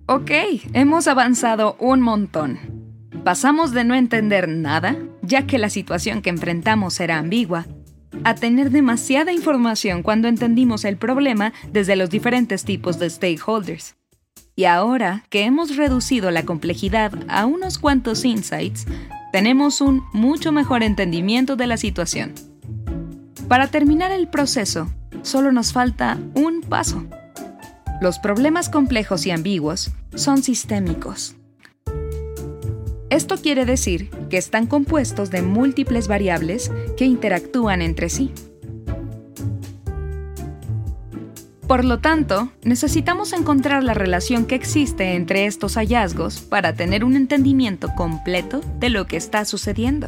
Ok, hemos avanzado un montón. Pasamos de no entender nada, ya que la situación que enfrentamos era ambigua, a tener demasiada información cuando entendimos el problema desde los diferentes tipos de stakeholders. Y ahora que hemos reducido la complejidad a unos cuantos insights, tenemos un mucho mejor entendimiento de la situación. Para terminar el proceso, solo nos falta un paso. Los problemas complejos y ambiguos son sistémicos. Esto quiere decir que están compuestos de múltiples variables que interactúan entre sí. Por lo tanto, necesitamos encontrar la relación que existe entre estos hallazgos para tener un entendimiento completo de lo que está sucediendo.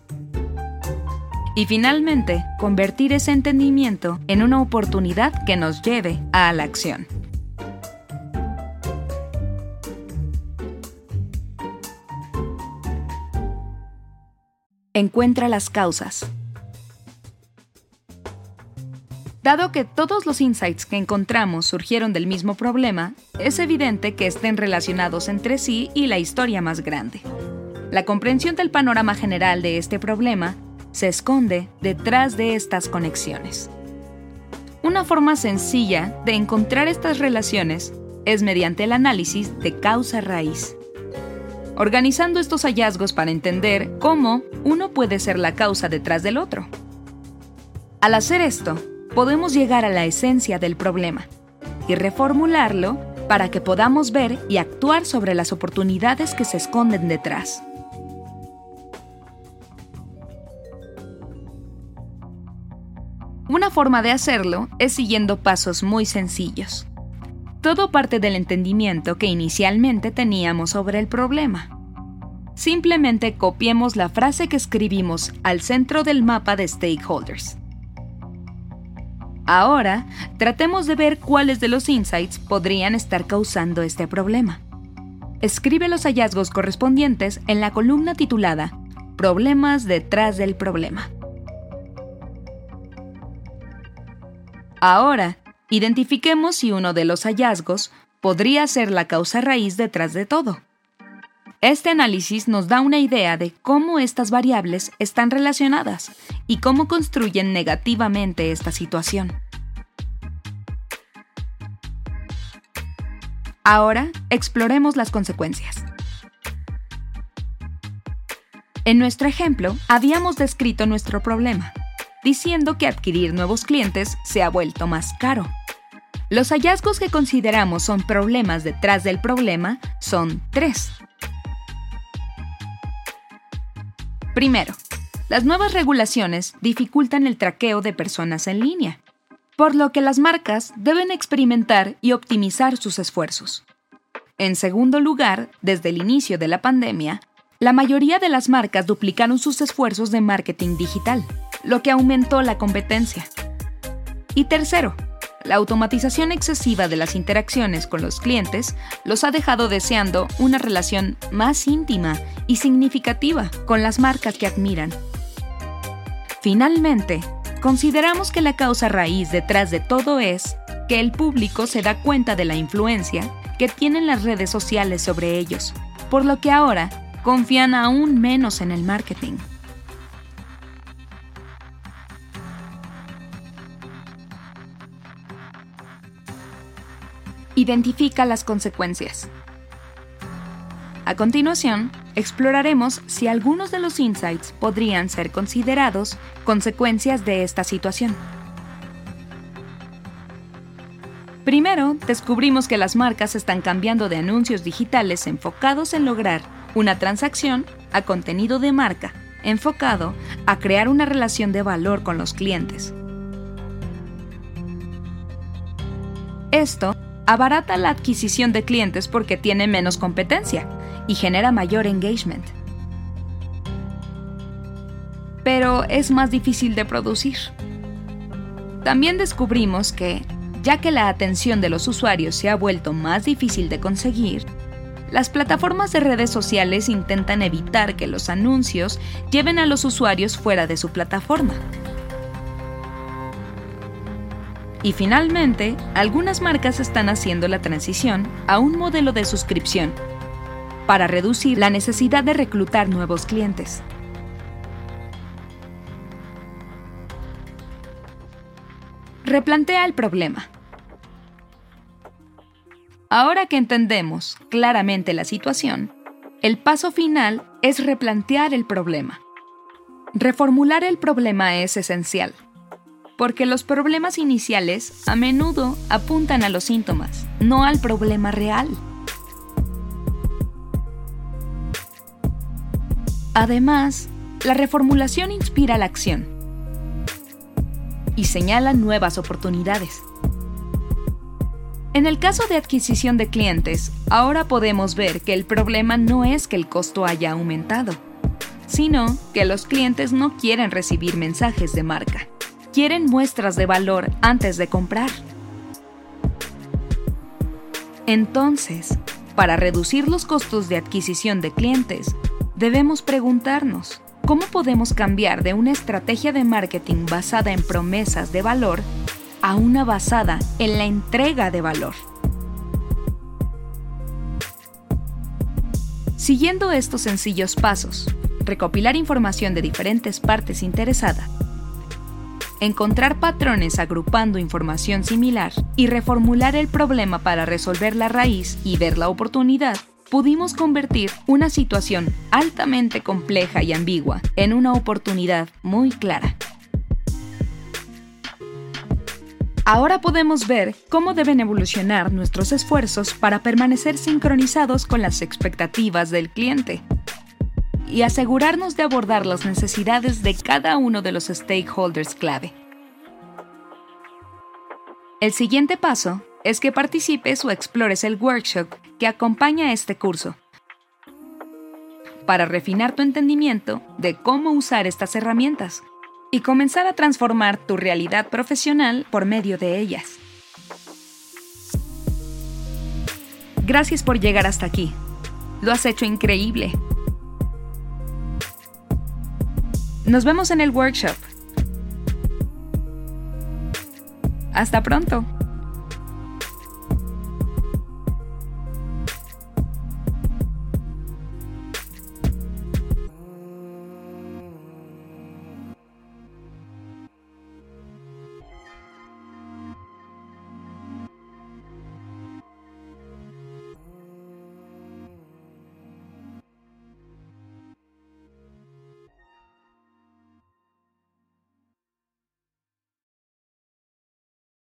Y finalmente, convertir ese entendimiento en una oportunidad que nos lleve a la acción. Encuentra las causas. Dado que todos los insights que encontramos surgieron del mismo problema, es evidente que estén relacionados entre sí y la historia más grande. La comprensión del panorama general de este problema se esconde detrás de estas conexiones. Una forma sencilla de encontrar estas relaciones es mediante el análisis de causa-raíz. Organizando estos hallazgos para entender cómo uno puede ser la causa detrás del otro. Al hacer esto, podemos llegar a la esencia del problema y reformularlo para que podamos ver y actuar sobre las oportunidades que se esconden detrás. Una forma de hacerlo es siguiendo pasos muy sencillos. Todo parte del entendimiento que inicialmente teníamos sobre el problema. Simplemente copiemos la frase que escribimos al centro del mapa de stakeholders. Ahora, tratemos de ver cuáles de los insights podrían estar causando este problema. Escribe los hallazgos correspondientes en la columna titulada Problemas detrás del problema. Ahora, identifiquemos si uno de los hallazgos podría ser la causa raíz detrás de todo. Este análisis nos da una idea de cómo estas variables están relacionadas y cómo construyen negativamente esta situación. Ahora, exploremos las consecuencias. En nuestro ejemplo, habíamos descrito nuestro problema, diciendo que adquirir nuevos clientes se ha vuelto más caro. Los hallazgos que consideramos son problemas detrás del problema son 3. Primero, las nuevas regulaciones dificultan el traqueo de personas en línea, por lo que las marcas deben experimentar y optimizar sus esfuerzos. En segundo lugar, desde el inicio de la pandemia, la mayoría de las marcas duplicaron sus esfuerzos de marketing digital, lo que aumentó la competencia. Y tercero, la automatización excesiva de las interacciones con los clientes los ha dejado deseando una relación más íntima y significativa con las marcas que admiran. Finalmente, consideramos que la causa raíz detrás de todo es que el público se da cuenta de la influencia que tienen las redes sociales sobre ellos, por lo que ahora confían aún menos en el marketing. Identifica las consecuencias. A continuación, exploraremos si algunos de los insights podrían ser considerados consecuencias de esta situación. Primero, descubrimos que las marcas están cambiando de anuncios digitales enfocados en lograr una transacción a contenido de marca enfocado a crear una relación de valor con los clientes. Esto abarata la adquisición de clientes porque tiene menos competencia y genera mayor engagement. Pero es más difícil de producir. También descubrimos que, ya que la atención de los usuarios se ha vuelto más difícil de conseguir, las plataformas de redes sociales intentan evitar que los anuncios lleven a los usuarios fuera de su plataforma. Y finalmente, algunas marcas están haciendo la transición a un modelo de suscripción para reducir la necesidad de reclutar nuevos clientes. Replantea el problema. Ahora que entendemos claramente la situación, el paso final es replantear el problema. Reformular el problema es esencial, porque los problemas iniciales a menudo apuntan a los síntomas, no al problema real. Además, la reformulación inspira la acción y señala nuevas oportunidades. En el caso de adquisición de clientes, ahora podemos ver que el problema no es que el costo haya aumentado, sino que los clientes no quieren recibir mensajes de marca. Quieren muestras de valor antes de comprar. Entonces, para reducir los costos de adquisición de clientes, debemos preguntarnos, ¿cómo podemos cambiar de una estrategia de marketing basada en promesas de valor a una basada en la entrega de valor? Siguiendo estos sencillos pasos, recopilar información de diferentes partes interesadas, encontrar patrones agrupando información similar y reformular el problema para resolver la raíz y ver la oportunidad, pudimos convertir una situación altamente compleja y ambigua en una oportunidad muy clara. Ahora podemos ver cómo deben evolucionar nuestros esfuerzos para permanecer sincronizados con las expectativas del cliente y asegurarnos de abordar las necesidades de cada uno de los stakeholders clave. El siguiente paso es que participes o explores el workshop que acompaña a este curso para refinar tu entendimiento de cómo usar estas herramientas y comenzar a transformar tu realidad profesional por medio de ellas. Gracias por llegar hasta aquí. Lo has hecho increíble. Nos vemos en el workshop. Hasta pronto.